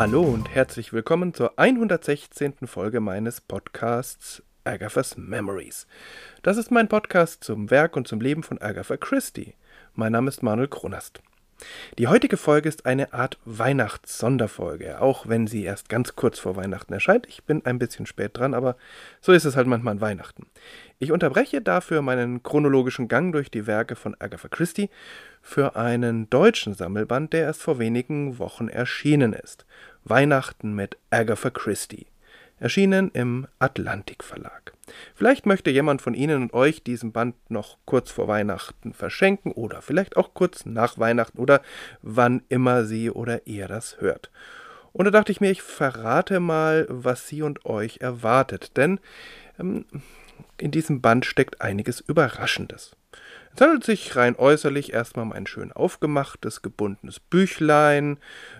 Hallo und herzlich willkommen zur 116. Folge meines Podcasts Agatha's Memories. Das ist mein Podcast zum Werk und zum Leben von Agatha Christie. Mein Name ist Manuel Kronast. Die heutige Folge ist eine Art Weihnachts-Sonderfolge, auch wenn sie erst ganz kurz vor Weihnachten erscheint. Ich bin ein bisschen spät dran, aber so ist es halt manchmal an Weihnachten. Ich unterbreche dafür meinen chronologischen Gang durch die Werke von Agatha Christie für einen deutschen Sammelband, der erst vor wenigen Wochen erschienen ist. Weihnachten mit Agatha Christie. Erschienen im Atlantik Verlag. Vielleicht möchte jemand von Ihnen und euch diesen Band noch kurz vor Weihnachten verschenken oder vielleicht auch kurz nach Weihnachten oder wann immer Sie oder ihr das hört. Und da dachte ich mir, ich verrate mal, was Sie und euch erwartet, denn in diesem Band steckt einiges Überraschendes. Es handelt sich rein äußerlich erstmal um ein schön aufgemachtes, gebundenes Büchlein,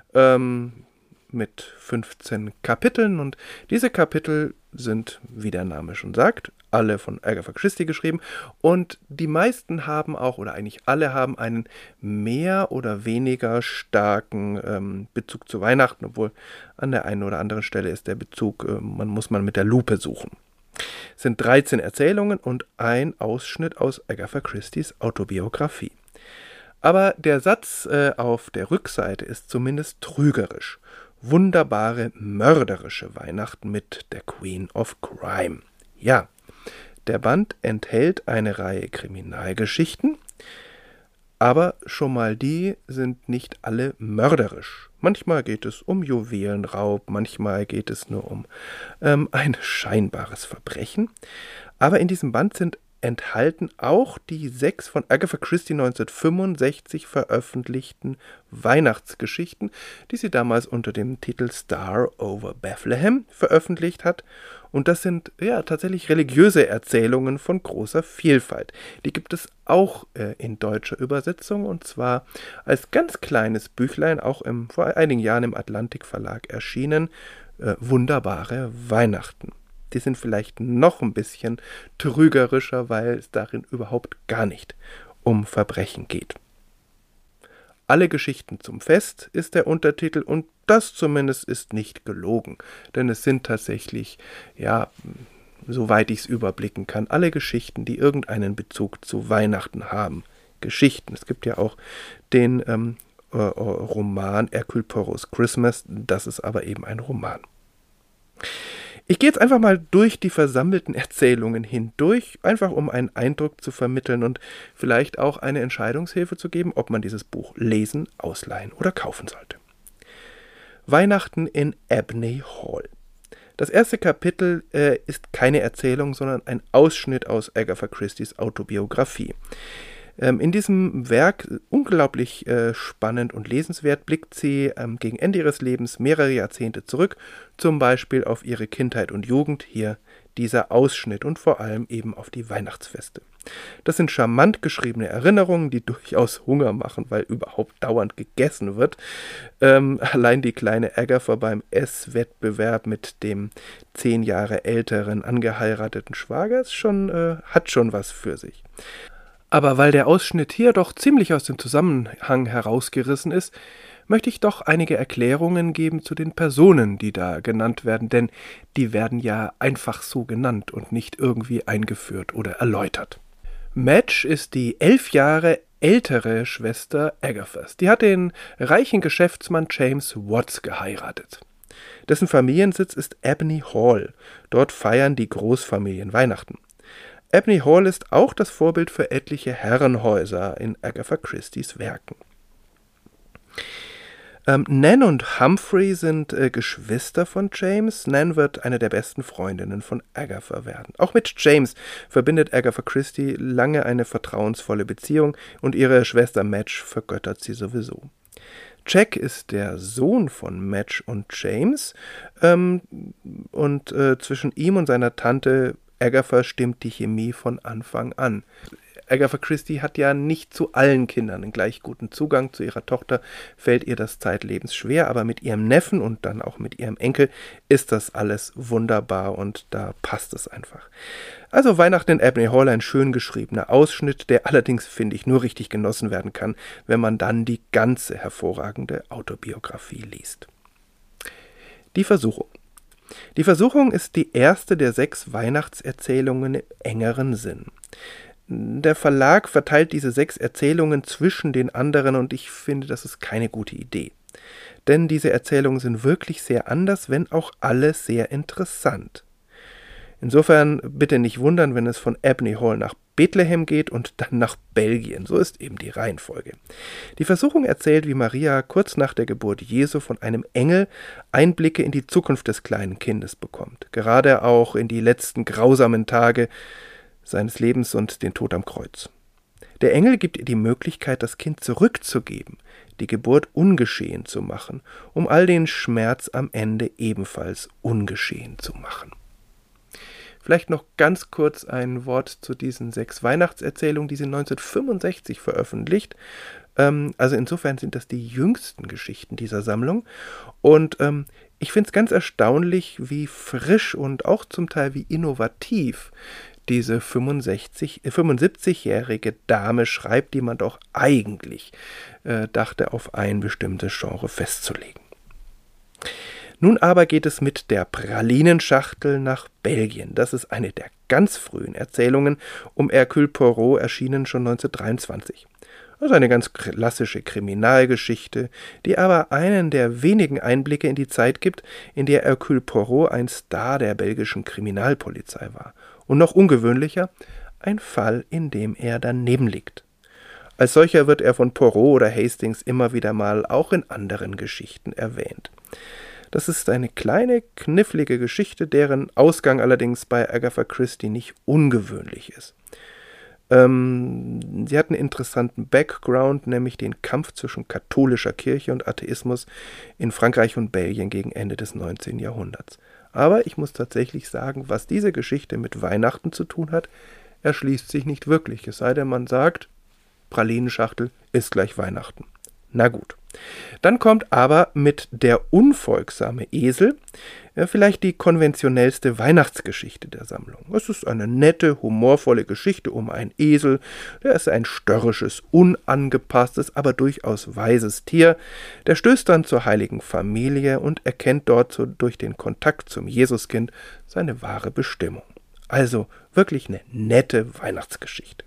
mit 15 Kapiteln, und diese Kapitel sind, wie der Name schon sagt, alle von Agatha Christie geschrieben, und die meisten haben auch, oder eigentlich alle haben einen mehr oder weniger starken Bezug zu Weihnachten, obwohl an der einen oder anderen Stelle ist der Bezug, muss man mit der Lupe suchen. Es sind 13 Erzählungen und ein Ausschnitt aus Agatha Christies Autobiografie. Aber der Satz auf der Rückseite ist zumindest trügerisch. Wunderbare, mörderische Weihnachten mit der Queen of Crime. Ja, der Band enthält eine Reihe Kriminalgeschichten, aber schon mal die sind nicht alle mörderisch. Manchmal geht es um Juwelenraub, manchmal geht es nur um ein scheinbares Verbrechen. Aber in diesem Band sind enthalten auch die 6 von Agatha Christie 1965 veröffentlichten Weihnachtsgeschichten, die sie damals unter dem Titel Star over Bethlehem veröffentlicht hat. Und das sind ja tatsächlich religiöse Erzählungen von großer Vielfalt. Die gibt es auch in deutscher Übersetzung, und zwar als ganz kleines Büchlein, auch vor einigen Jahren im Atlantik Verlag erschienen, Wunderbare Weihnachten. Die sind vielleicht noch ein bisschen trügerischer, weil es darin überhaupt gar nicht um Verbrechen geht. Alle Geschichten zum Fest ist der Untertitel, und das zumindest ist nicht gelogen, denn es sind tatsächlich, ja, soweit ich es überblicken kann, alle Geschichten, die irgendeinen Bezug zu Weihnachten haben. Geschichten. Es gibt ja auch den Roman Hercule Poirot's Christmas, das ist aber eben ein Roman. Ich gehe jetzt einfach mal durch die versammelten Erzählungen hindurch, einfach um einen Eindruck zu vermitteln und vielleicht auch eine Entscheidungshilfe zu geben, ob man dieses Buch lesen, ausleihen oder kaufen sollte. Weihnachten in Abney Hall. Das erste Kapitel ist keine Erzählung, sondern ein Ausschnitt aus Agatha Christies Autobiografie. In diesem Werk, unglaublich spannend und lesenswert, blickt sie gegen Ende ihres Lebens mehrere Jahrzehnte zurück, zum Beispiel auf ihre Kindheit und Jugend, hier dieser Ausschnitt, und vor allem eben auf die Weihnachtsfeste. Das sind charmant geschriebene Erinnerungen, die durchaus Hunger machen, weil überhaupt dauernd gegessen wird. Allein die kleine Agatha beim Esswettbewerb mit dem 10 Jahre älteren angeheirateten Schwager hat schon was für sich. Aber weil der Ausschnitt hier doch ziemlich aus dem Zusammenhang herausgerissen ist, möchte ich doch einige Erklärungen geben zu den Personen, die da genannt werden, denn die werden ja einfach so genannt und nicht irgendwie eingeführt oder erläutert. Madge ist die 11 Jahre ältere Schwester Agathas. Die hat den reichen Geschäftsmann James Watts geheiratet. Dessen Familiensitz ist Abney Hall. Dort feiern die Großfamilien Weihnachten. Abney Hall ist auch das Vorbild für etliche Herrenhäuser in Agatha Christies Werken. Nan und Humphrey sind Geschwister von James. Nan wird eine der besten Freundinnen von Agatha werden. Auch mit James verbindet Agatha Christie lange eine vertrauensvolle Beziehung, und ihre Schwester Madge vergöttert sie sowieso. Jack ist der Sohn von Madge und James, und zwischen ihm und seiner Tante Agatha stimmt die Chemie von Anfang an. Agatha Christie hat ja nicht zu allen Kindern einen gleich guten Zugang. Zu ihrer Tochter fällt ihr das zeitlebens schwer, aber mit ihrem Neffen und dann auch mit ihrem Enkel ist das alles wunderbar, und da passt es einfach. Also Weihnachten in Abney Hall, ein schön geschriebener Ausschnitt, der allerdings, finde ich, nur richtig genossen werden kann, wenn man dann die ganze hervorragende Autobiografie liest. Die Versuchung. Die Versuchung ist die erste der 6 Weihnachtserzählungen im engeren Sinn. Der Verlag verteilt diese 6 Erzählungen zwischen den anderen und ich finde, das ist keine gute Idee. Denn diese Erzählungen sind wirklich sehr anders, wenn auch alle sehr interessant. Insofern bitte nicht wundern, wenn es von Abney Hall nach Bethlehem geht und dann nach Belgien. So ist eben die Reihenfolge. Die Versuchung erzählt, wie Maria kurz nach der Geburt Jesu von einem Engel Einblicke in die Zukunft des kleinen Kindes bekommt. Gerade auch in die letzten grausamen Tage seines Lebens und den Tod am Kreuz. Der Engel gibt ihr die Möglichkeit, das Kind zurückzugeben, die Geburt ungeschehen zu machen, um all den Schmerz am Ende ebenfalls ungeschehen zu machen. Vielleicht noch ganz kurz ein Wort zu diesen 6 Weihnachtserzählungen, die sind 1965 veröffentlicht. Also insofern sind das die jüngsten Geschichten dieser Sammlung. Und ich finde es ganz erstaunlich, wie frisch und auch zum Teil wie innovativ diese 75-jährige Dame schreibt, die man doch eigentlich dachte, auf ein bestimmtes Genre festzulegen. Nun aber geht es mit der Pralinenschachtel nach Belgien. Das ist eine der ganz frühen Erzählungen um Hercule Poirot, erschienen schon 1923. Das ist eine ganz klassische Kriminalgeschichte, die aber einen der wenigen Einblicke in die Zeit gibt, in der Hercule Poirot ein Star der belgischen Kriminalpolizei war. Und noch ungewöhnlicher, ein Fall, in dem er daneben liegt. Als solcher wird er von Poirot oder Hastings immer wieder mal auch in anderen Geschichten erwähnt. Das ist eine kleine, knifflige Geschichte, deren Ausgang allerdings bei Agatha Christie nicht ungewöhnlich ist. Sie hat einen interessanten Background, nämlich den Kampf zwischen katholischer Kirche und Atheismus in Frankreich und Belgien gegen Ende des 19. Jahrhunderts. Aber ich muss tatsächlich sagen, was diese Geschichte mit Weihnachten zu tun hat, erschließt sich nicht wirklich. Es sei denn, man sagt, Pralinenschachtel ist gleich Weihnachten. Na gut. Dann kommt aber mit Der unfolgsame Esel vielleicht die konventionellste Weihnachtsgeschichte der Sammlung. Es ist eine nette, humorvolle Geschichte um einen Esel. Der ist ein störrisches, unangepasstes, aber durchaus weises Tier. Der stößt dann zur heiligen Familie und erkennt dort durch den Kontakt zum Jesuskind seine wahre Bestimmung. Also wirklich eine nette Weihnachtsgeschichte.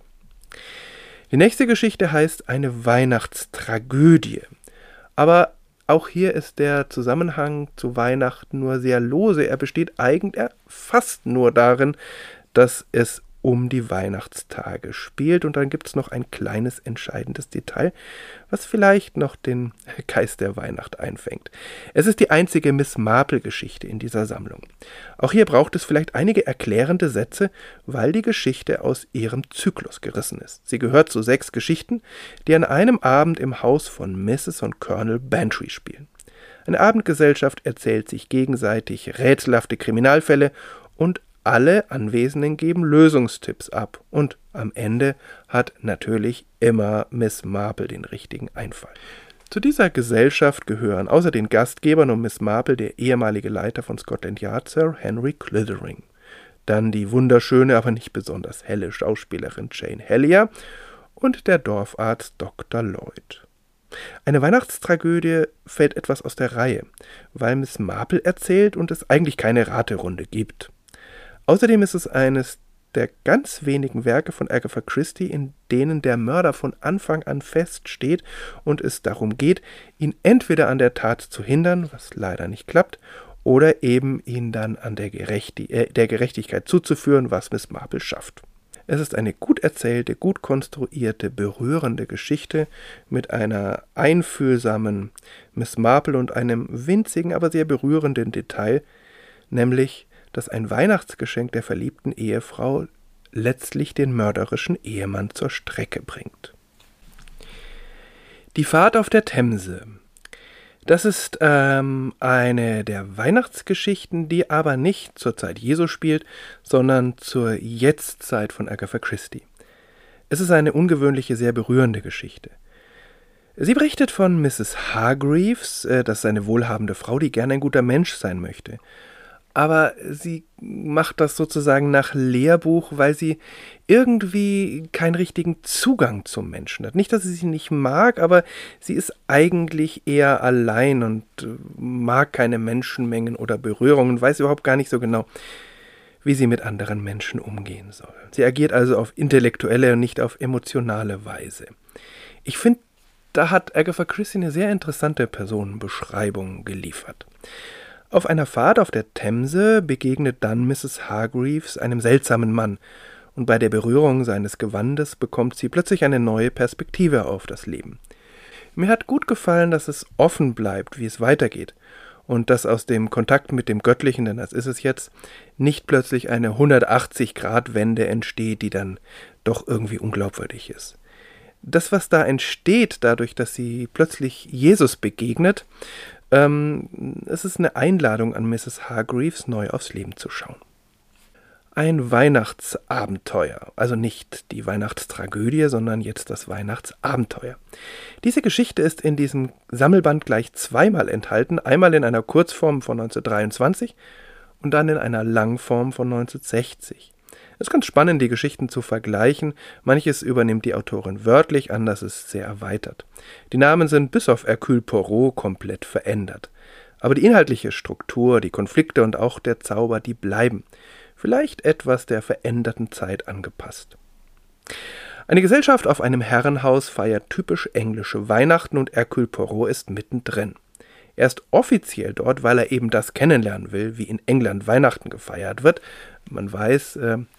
Die nächste Geschichte heißt Eine Weihnachtstragödie. Aber auch hier ist der Zusammenhang zu Weihnachten nur sehr lose. Er besteht eigentlich fast nur darin, dass es um die Weihnachtstage spielt. Und dann gibt es noch ein kleines entscheidendes Detail, was vielleicht noch den Geist der Weihnacht einfängt. Es ist die einzige Miss Marple-Geschichte in dieser Sammlung. Auch hier braucht es vielleicht einige erklärende Sätze, weil die Geschichte aus ihrem Zyklus gerissen ist. Sie gehört zu 6 Geschichten, die an einem Abend im Haus von Mrs. und Colonel Bantry spielen. Eine Abendgesellschaft erzählt sich gegenseitig rätselhafte Kriminalfälle und alle Anwesenden geben Lösungstipps ab und am Ende hat natürlich immer Miss Marple den richtigen Einfall. Zu dieser Gesellschaft gehören außer den Gastgebern und Miss Marple der ehemalige Leiter von Scotland Yard, Sir Henry Clithering, dann die wunderschöne, aber nicht besonders helle Schauspielerin Jane Hellier und der Dorfarzt Dr. Lloyd. Eine Weihnachtstragödie fällt etwas aus der Reihe, weil Miss Marple erzählt und es eigentlich keine Raterunde gibt. Außerdem ist es eines der ganz wenigen Werke von Agatha Christie, in denen der Mörder von Anfang an feststeht und es darum geht, ihn entweder an der Tat zu hindern, was leider nicht klappt, oder eben ihn dann an der Gerechtigkeit zuzuführen, was Miss Marple schafft. Es ist eine gut erzählte, gut konstruierte, berührende Geschichte mit einer einfühlsamen Miss Marple und einem winzigen, aber sehr berührenden Detail, nämlich dass ein Weihnachtsgeschenk der verliebten Ehefrau letztlich den mörderischen Ehemann zur Strecke bringt. Die Fahrt auf der Themse. Das ist eine der Weihnachtsgeschichten, die aber nicht zur Zeit Jesu spielt, sondern zur Jetztzeit von Agatha Christie. Es ist eine ungewöhnliche, sehr berührende Geschichte. Sie berichtet von Mrs. Hargreaves, das ist eine wohlhabende Frau, die gerne ein guter Mensch sein möchte. aber sie macht das sozusagen nach Lehrbuch, weil sie irgendwie keinen richtigen Zugang zum Menschen hat. Nicht, dass sie nicht mag, aber sie ist eigentlich eher allein und mag keine Menschenmengen oder Berührungen, weiß überhaupt gar nicht so genau, wie sie mit anderen Menschen umgehen soll. Sie agiert also auf intellektuelle und nicht auf emotionale Weise. Ich finde, da hat Agatha Christie eine sehr interessante Personenbeschreibung geliefert. Auf einer Fahrt auf der Themse begegnet dann Mrs. Hargreaves einem seltsamen Mann, und bei der Berührung seines Gewandes bekommt sie plötzlich eine neue Perspektive auf das Leben. Mir hat gut gefallen, dass es offen bleibt, wie es weitergeht, und dass aus dem Kontakt mit dem Göttlichen, denn das ist es jetzt, nicht plötzlich eine 180-Grad-Wende entsteht, die dann doch irgendwie unglaubwürdig ist. Das, was da entsteht, dadurch, dass sie plötzlich Jesus begegnet, es ist eine Einladung an Mrs. Hargreaves, neu aufs Leben zu schauen. Ein Weihnachtsabenteuer, also nicht die Weihnachtstragödie, sondern jetzt das Weihnachtsabenteuer. Diese Geschichte ist in diesem Sammelband gleich zweimal enthalten, einmal in einer Kurzform von 1923 und dann in einer Langform von 1960. Es ist ganz spannend, die Geschichten zu vergleichen. Manches übernimmt die Autorin wörtlich, anderes ist sehr erweitert. Die Namen sind bis auf Hercule Poirot komplett verändert. Aber die inhaltliche Struktur, die Konflikte und auch der Zauber, die bleiben. Vielleicht etwas der veränderten Zeit angepasst. Eine Gesellschaft auf einem Herrenhaus feiert typisch englische Weihnachten und Hercule Poirot ist mittendrin. Er ist offiziell dort, weil er eben das kennenlernen will, wie in England Weihnachten gefeiert wird. Man weiß,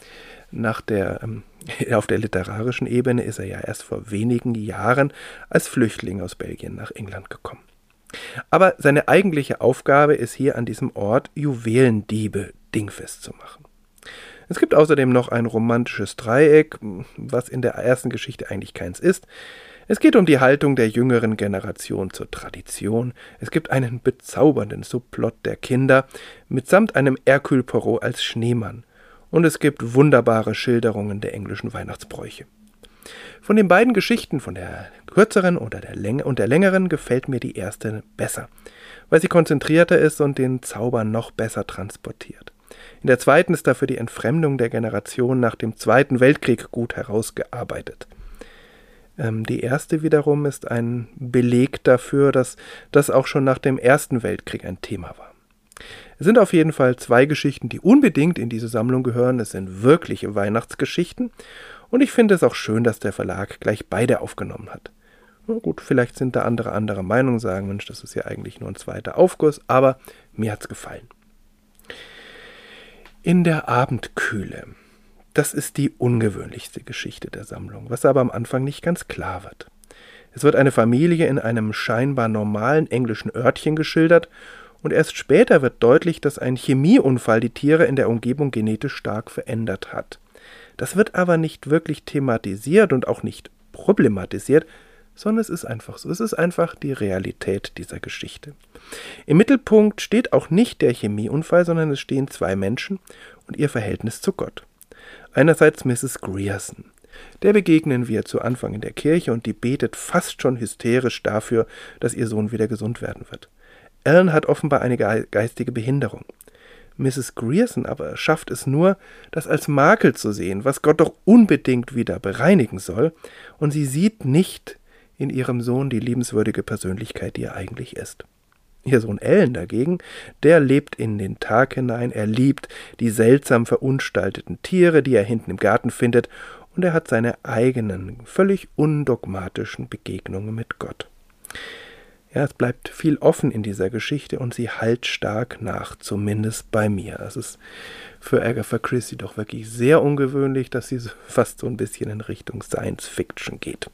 auf der literarischen Ebene ist er ja erst vor wenigen Jahren als Flüchtling aus Belgien nach England gekommen. Aber seine eigentliche Aufgabe ist hier an diesem Ort, Juwelendiebe dingfest zu machen. Es gibt außerdem noch ein romantisches Dreieck, was in der ersten Geschichte eigentlich keins ist. Es geht um die Haltung der jüngeren Generation zur Tradition. Es gibt einen bezaubernden Subplot der Kinder, mitsamt einem Hercule Poirot als Schneemann. Und es gibt wunderbare Schilderungen der englischen Weihnachtsbräuche. Von den beiden Geschichten, von der kürzeren und der längeren, gefällt mir die erste besser, weil sie konzentrierter ist und den Zauber noch besser transportiert. In der zweiten ist dafür die Entfremdung der Generation nach dem Zweiten Weltkrieg gut herausgearbeitet. Die erste wiederum ist ein Beleg dafür, dass das auch schon nach dem Ersten Weltkrieg ein Thema war. Es sind auf jeden Fall zwei Geschichten, die unbedingt in diese Sammlung gehören. Es sind wirkliche Weihnachtsgeschichten und ich finde es auch schön, dass der Verlag gleich beide aufgenommen hat. Na gut, vielleicht sind da andere Meinung, sagen, Mensch, das ist ja eigentlich nur ein zweiter Aufguss, aber mir hat's gefallen. In der Abendkühle. Das ist die ungewöhnlichste Geschichte der Sammlung, was aber am Anfang nicht ganz klar wird. Es wird eine Familie in einem scheinbar normalen englischen Örtchen geschildert und erst später wird deutlich, dass ein Chemieunfall die Tiere in der Umgebung genetisch stark verändert hat. Das wird aber nicht wirklich thematisiert und auch nicht problematisiert, sondern es ist einfach so. Es ist einfach die Realität dieser Geschichte. Im Mittelpunkt steht auch nicht der Chemieunfall, sondern es stehen zwei Menschen und ihr Verhältnis zu Gott. Einerseits Mrs. Grierson. Der begegnen wir zu Anfang in der Kirche und die betet fast schon hysterisch dafür, dass ihr Sohn wieder gesund werden wird. Ellen hat offenbar eine geistige Behinderung. Mrs. Grierson aber schafft es nur, das als Makel zu sehen, was Gott doch unbedingt wieder bereinigen soll, und sie sieht nicht in ihrem Sohn die liebenswürdige Persönlichkeit, die er eigentlich ist. Ihr Sohn Ellen dagegen, der lebt in den Tag hinein, er liebt die seltsam verunstalteten Tiere, die er hinten im Garten findet, und er hat seine eigenen, völlig undogmatischen Begegnungen mit Gott. Ja, es bleibt viel offen in dieser Geschichte und sie hallt stark nach, zumindest bei mir. Das ist für Agatha Christie doch wirklich sehr ungewöhnlich, dass sie fast so ein bisschen in Richtung Science Fiction geht.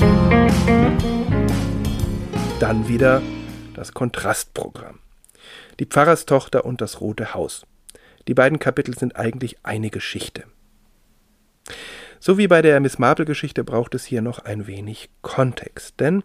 Dann wieder das Kontrastprogramm. Die Pfarrerstochter und das Rote Haus. Die beiden Kapitel sind eigentlich eine Geschichte. So wie bei der Miss Marple-Geschichte braucht es hier noch ein wenig Kontext, denn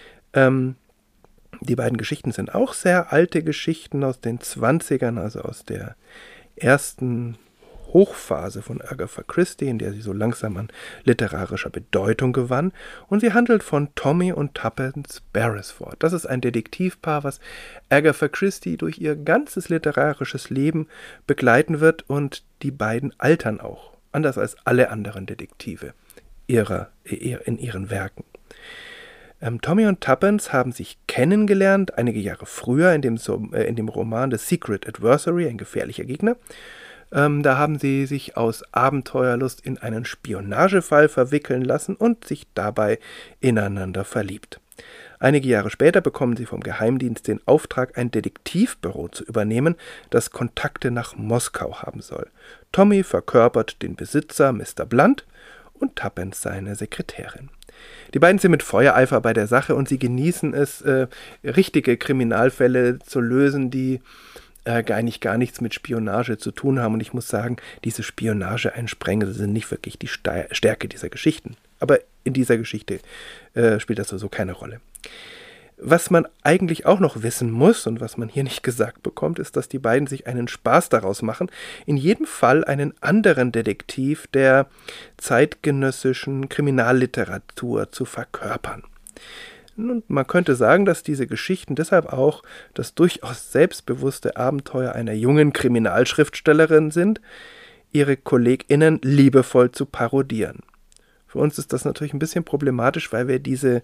die beiden Geschichten sind auch sehr alte Geschichten aus den 20ern, also aus der ersten Hochphase von Agatha Christie, in der sie so langsam an literarischer Bedeutung gewann. Und sie handelt von Tommy und Tuppence Beresford. Das ist ein Detektivpaar, was Agatha Christie durch ihr ganzes literarisches Leben begleiten wird. Und die beiden altern auch, anders als alle anderen Detektive in ihren Werken. Tommy und Tuppence haben sich kennengelernt, einige Jahre früher in dem Roman The Secret Adversary, ein gefährlicher Gegner. Da haben sie sich aus Abenteuerlust in einen Spionagefall verwickeln lassen und sich dabei ineinander verliebt. Einige Jahre später bekommen sie vom Geheimdienst den Auftrag, ein Detektivbüro zu übernehmen, das Kontakte nach Moskau haben soll. Tommy verkörpert den Besitzer, Mr. Blunt, und Tuppence seine Sekretärin. Die beiden sind mit Feuereifer bei der Sache und sie genießen es, richtige Kriminalfälle zu lösen, die eigentlich gar nichts mit Spionage zu tun haben. Und ich muss sagen, diese Spionage-Einsprengel sind nicht wirklich die Stärke dieser Geschichten. Aber in dieser Geschichte spielt das also keine Rolle. Was man eigentlich auch noch wissen muss und was man hier nicht gesagt bekommt, ist, dass die beiden sich einen Spaß daraus machen, in jedem Fall einen anderen Detektiv der zeitgenössischen Kriminalliteratur zu verkörpern. Und man könnte sagen, dass diese Geschichten deshalb auch das durchaus selbstbewusste Abenteuer einer jungen Kriminalschriftstellerin sind, ihre KollegInnen liebevoll zu parodieren. Für uns ist das natürlich ein bisschen problematisch, weil wir diese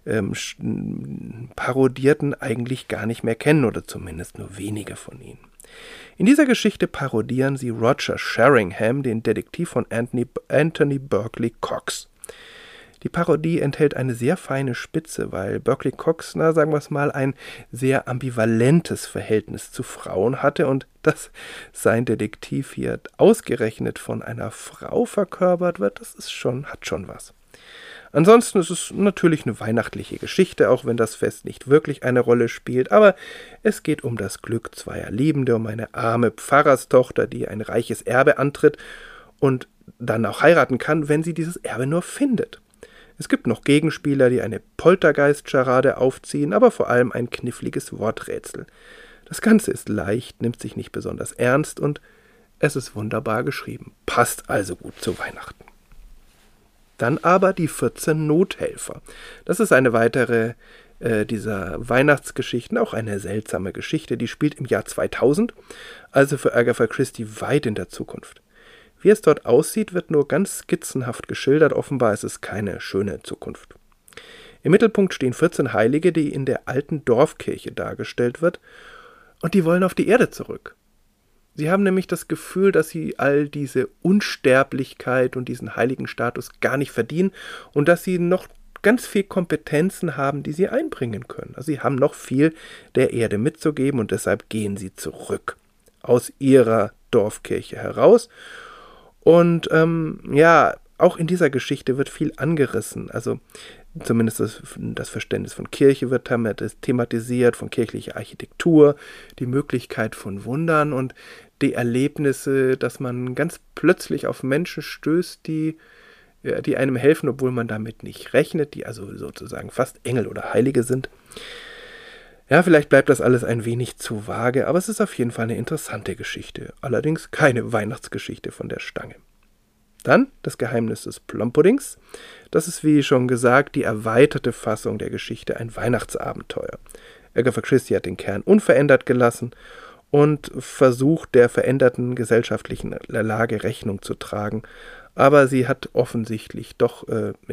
Parodierten eigentlich gar nicht mehr kennen oder zumindest nur wenige von ihnen. In dieser Geschichte parodieren sie Roger Sheringham, den Detektiv von Anthony Berkeley Cox. Die Parodie enthält eine sehr feine Spitze, weil Berkeley Cox, sagen wir es mal, ein sehr ambivalentes Verhältnis zu Frauen hatte und dass sein Detektiv hier ausgerechnet von einer Frau verkörpert wird, hat schon was. Ansonsten ist es natürlich eine weihnachtliche Geschichte, auch wenn das Fest nicht wirklich eine Rolle spielt, aber es geht um das Glück zweier Liebende, um eine arme Pfarrerstochter, die ein reiches Erbe antritt und dann auch heiraten kann, wenn sie dieses Erbe nur findet. Es gibt noch Gegenspieler, die eine Poltergeist-Scharade aufziehen, aber vor allem ein kniffliges Worträtsel. Das Ganze ist leicht, nimmt sich nicht besonders ernst und es ist wunderbar geschrieben. Passt also gut zu Weihnachten. Dann aber die 14 Nothelfer. Das ist eine weitere dieser Weihnachtsgeschichten, auch eine seltsame Geschichte, die spielt im Jahr 2000, also für Agatha Christie weit in der Zukunft. Wie es dort aussieht, wird nur ganz skizzenhaft geschildert, offenbar ist es keine schöne Zukunft. Im Mittelpunkt stehen 14 Heilige, die in der alten Dorfkirche dargestellt wird, und die wollen auf die Erde zurück. Sie haben nämlich das Gefühl, dass sie all diese Unsterblichkeit und diesen heiligen Status gar nicht verdienen und dass sie noch ganz viel Kompetenzen haben, die sie einbringen können. Also sie haben noch viel der Erde mitzugeben und deshalb gehen sie zurück aus ihrer Dorfkirche heraus. Und auch in dieser Geschichte wird viel angerissen. Also zumindest das Verständnis von Kirche wird thematisiert, von kirchlicher Architektur, die Möglichkeit von Wundern und die Erlebnisse, dass man ganz plötzlich auf Menschen stößt, die einem helfen, obwohl man damit nicht rechnet, die also sozusagen fast Engel oder Heilige sind. Ja, vielleicht bleibt das alles ein wenig zu vage, aber es ist auf jeden Fall eine interessante Geschichte. Allerdings keine Weihnachtsgeschichte von der Stange. Dann das Geheimnis des Plompuddings. Das ist, wie schon gesagt, die erweiterte Fassung der Geschichte, ein Weihnachtsabenteuer. Agatha Christie hat den Kern unverändert gelassen und versucht, der veränderten gesellschaftlichen Lage Rechnung zu tragen. Aber sie ist offensichtlich doch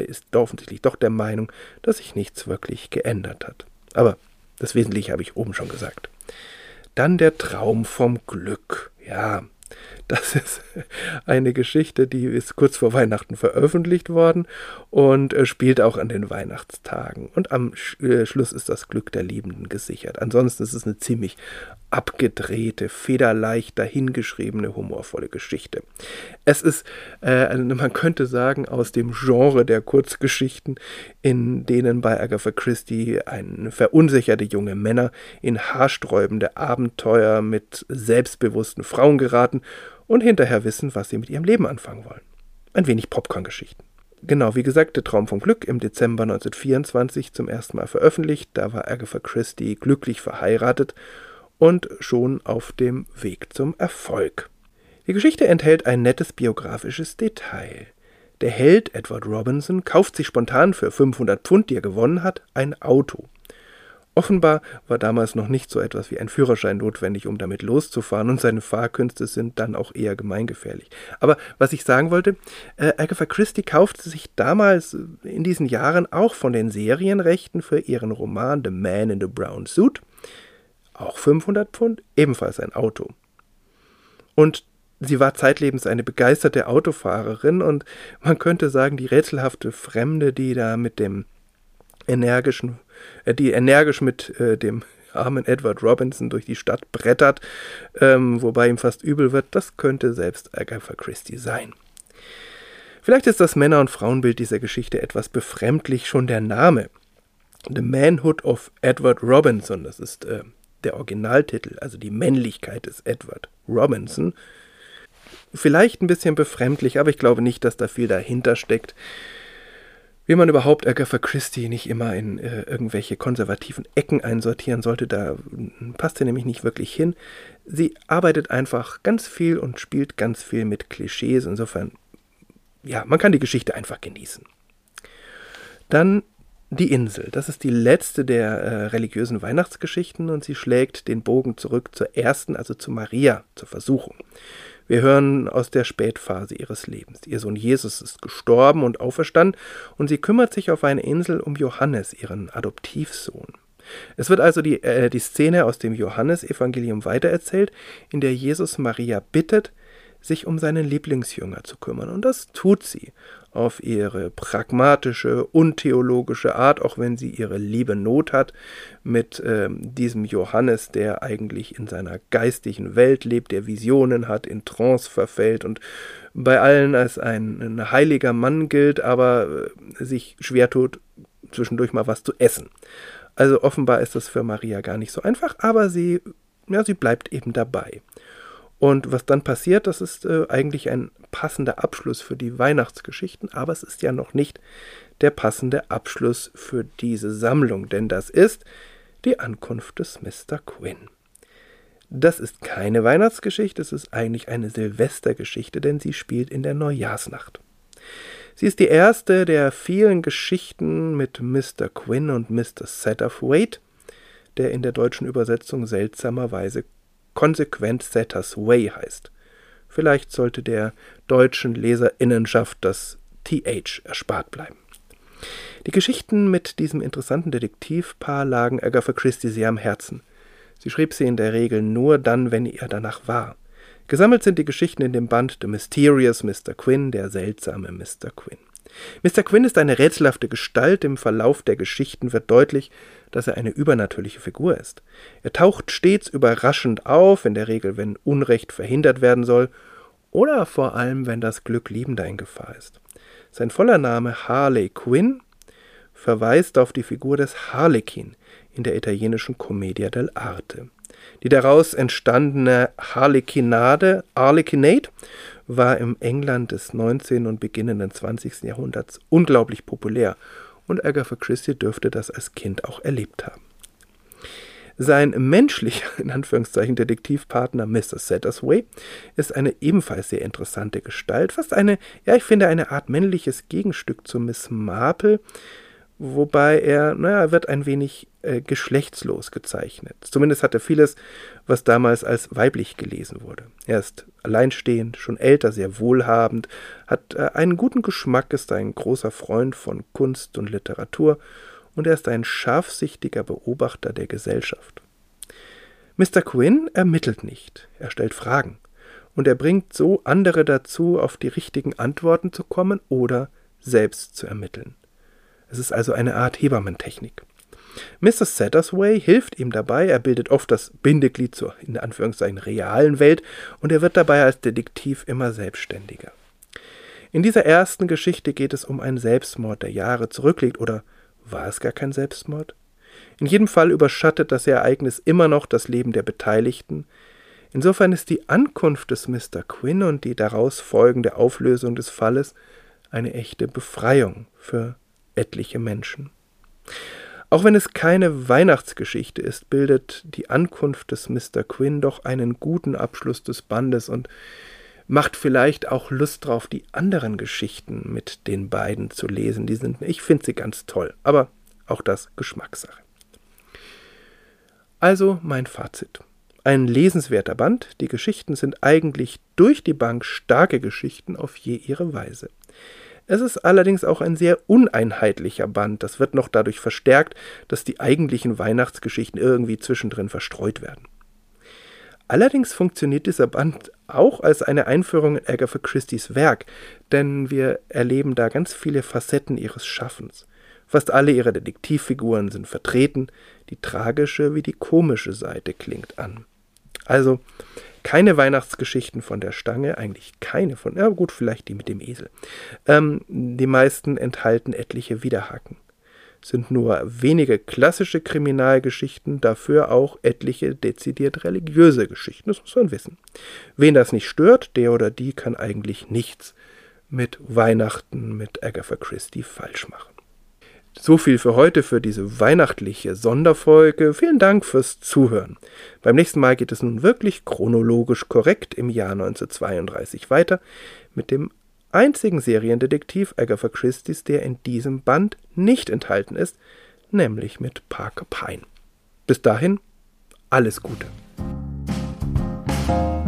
der Meinung, dass sich nichts wirklich geändert hat. Aber das Wesentliche habe ich oben schon gesagt. Dann der Traum vom Glück. Ja, Das ist eine Geschichte, die ist kurz vor Weihnachten veröffentlicht worden und spielt auch an den Weihnachtstagen. Und am Schluss ist das Glück der Liebenden gesichert. Ansonsten ist es eine ziemlich abgedrehte, federleicht dahingeschriebene, humorvolle Geschichte. Es ist, man könnte sagen, aus dem Genre der Kurzgeschichten, in denen bei Agatha Christie verunsicherte junge Männer in haarsträubende Abenteuer mit selbstbewussten Frauen geraten und hinterher wissen, was sie mit ihrem Leben anfangen wollen. Ein wenig Popcorn-Geschichten. Genau, wie gesagt, Der Traum vom Glück im Dezember 1924 zum ersten Mal veröffentlicht. Da war Agatha Christie glücklich verheiratet und schon auf dem Weg zum Erfolg. Die Geschichte enthält ein nettes biografisches Detail. Der Held Edward Robinson kauft sich spontan für 500 Pfund, die er gewonnen hat, ein Auto. Offenbar war damals noch nicht so etwas wie ein Führerschein notwendig, um damit loszufahren, und seine Fahrkünste sind dann auch eher gemeingefährlich. Aber was ich sagen wollte, Agatha Christie kaufte sich damals in diesen Jahren auch von den Serienrechten für ihren Roman The Man in the Brown Suit, auch 500 Pfund, ebenfalls ein Auto. Und sie war zeitlebens eine begeisterte Autofahrerin und man könnte sagen, die rätselhafte Fremde, die da mit dem energisch mit dem armen Edward Robinson durch die Stadt brettert, wobei ihm fast übel wird, das könnte selbst Agatha Christie sein. Vielleicht ist das Männer- und Frauenbild dieser Geschichte etwas befremdlich, schon der Name. The Manhood of Edward Robinson, das ist der Originaltitel, also die Männlichkeit des Edward Robinson. Vielleicht ein bisschen befremdlich, aber ich glaube nicht, dass da viel dahinter steckt. Wie man überhaupt Agatha Christie nicht immer in irgendwelche konservativen Ecken einsortieren sollte, da passt sie nämlich nicht wirklich hin. Sie arbeitet einfach ganz viel und spielt ganz viel mit Klischees. Insofern, ja, man kann die Geschichte einfach genießen. Dann Die Insel. Das ist die letzte der religiösen Weihnachtsgeschichten und sie schlägt den Bogen zurück zur ersten, also zu Maria, zur Versuchung. Wir hören aus der Spätphase ihres Lebens. Ihr Sohn Jesus ist gestorben und auferstanden und sie kümmert sich auf eine Insel um Johannes, ihren Adoptivsohn. Es wird also die Szene aus dem Johannesevangelium weitererzählt, in der Jesus Maria bittet, sich um seinen Lieblingsjünger zu kümmern. Und das tut sie auf ihre pragmatische, untheologische Art, auch wenn sie ihre liebe Not hat mit diesem Johannes, der eigentlich in seiner geistigen Welt lebt, der Visionen hat, in Trance verfällt und bei allen als ein heiliger Mann gilt, aber sich schwer tut, zwischendurch mal was zu essen. Also offenbar ist das für Maria gar nicht so einfach, aber sie bleibt eben dabei. Und was dann passiert, das ist eigentlich ein passender Abschluss für die Weihnachtsgeschichten, aber es ist ja noch nicht der passende Abschluss für diese Sammlung, denn das ist die Ankunft des Mr. Quin. Das ist keine Weihnachtsgeschichte, es ist eigentlich eine Silvestergeschichte, denn sie spielt in der Neujahrsnacht. Sie ist die erste der vielen Geschichten mit Mr. Quin und Mr. Satterthwaite, der in der deutschen Übersetzung seltsamerweise konsequent Satter's Way heißt. Vielleicht sollte der deutschen Leserinnenschaft das TH erspart bleiben. Die Geschichten mit diesem interessanten Detektivpaar lagen Agatha Christie sehr am Herzen. Sie schrieb sie in der Regel nur dann, wenn ihr danach war. Gesammelt sind die Geschichten in dem Band The Mysterious Mr. Quin, der seltsame Mr. Quin. Mr. Quin ist eine rätselhafte Gestalt. Im Verlauf der Geschichten wird deutlich, dass er eine übernatürliche Figur ist. Er taucht stets überraschend auf, in der Regel, wenn Unrecht verhindert werden soll oder vor allem, wenn das Glück Liebender in Gefahr ist. Sein voller Name Harley Quinn verweist auf die Figur des Harlekin in der italienischen Commedia dell'arte. Die daraus entstandene Harlekinade, Harlekinate, war im England des 19. und beginnenden 20. Jahrhunderts unglaublich populär und Agatha Christie dürfte das als Kind auch erlebt haben. Sein menschlicher, in Anführungszeichen, Detektivpartner Mr. Satter's Way ist eine ebenfalls sehr interessante Gestalt, fast eine Art männliches Gegenstück zu Miss Marple, wobei er wird ein wenig geschlechtslos gezeichnet. Zumindest hat er vieles, was damals als weiblich gelesen wurde. Er ist alleinstehend, schon älter, sehr wohlhabend, hat einen guten Geschmack, ist ein großer Freund von Kunst und Literatur und er ist ein scharfsichtiger Beobachter der Gesellschaft. Mr. Quin ermittelt nicht, er stellt Fragen. und er bringt so andere dazu, auf die richtigen Antworten zu kommen oder selbst zu ermitteln. Es ist also eine Art Hebammentechnik. Mr. Sattersway hilft ihm dabei, er bildet oft das Bindeglied zur, in Anführungszeichen, realen Welt und er wird dabei als Detektiv immer selbstständiger. In dieser ersten Geschichte geht es um einen Selbstmord, der Jahre zurückliegt, oder war es gar kein Selbstmord? In jedem Fall überschattet das Ereignis immer noch das Leben der Beteiligten. Insofern ist die Ankunft des Mr. Quinn und die daraus folgende Auflösung des Falles eine echte Befreiung für etliche Menschen. Auch wenn es keine Weihnachtsgeschichte ist, bildet die Ankunft des Mr. Quinn doch einen guten Abschluss des Bandes und macht vielleicht auch Lust drauf, die anderen Geschichten mit den beiden zu lesen. Ich finde sie ganz toll, aber auch das Geschmackssache. Also mein Fazit. Ein lesenswerter Band, die Geschichten sind eigentlich durch die Bank starke Geschichten auf je ihre Weise. Es ist allerdings auch ein sehr uneinheitlicher Band. Das wird noch dadurch verstärkt, dass die eigentlichen Weihnachtsgeschichten irgendwie zwischendrin verstreut werden. Allerdings funktioniert dieser Band auch als eine Einführung in Agatha Christies Werk, denn wir erleben da ganz viele Facetten ihres Schaffens. Fast alle ihre Detektivfiguren sind vertreten, die tragische wie die komische Seite klingt an. Also keine Weihnachtsgeschichten von der Stange, eigentlich keine von, ja gut, vielleicht die mit dem Esel. Die meisten enthalten etliche Widerhaken. Sind nur wenige klassische Kriminalgeschichten, dafür auch etliche dezidiert religiöse Geschichten, das muss man wissen. Wen das nicht stört, der oder die kann eigentlich nichts mit Weihnachten mit Agatha Christie falsch machen. So viel für heute, für diese weihnachtliche Sonderfolge. Vielen Dank fürs Zuhören. Beim nächsten Mal geht es nun wirklich chronologisch korrekt im Jahr 1932 weiter mit dem einzigen Seriendetektiv Agatha Christies, der in diesem Band nicht enthalten ist, nämlich mit Parker Pyne. Bis dahin, alles Gute.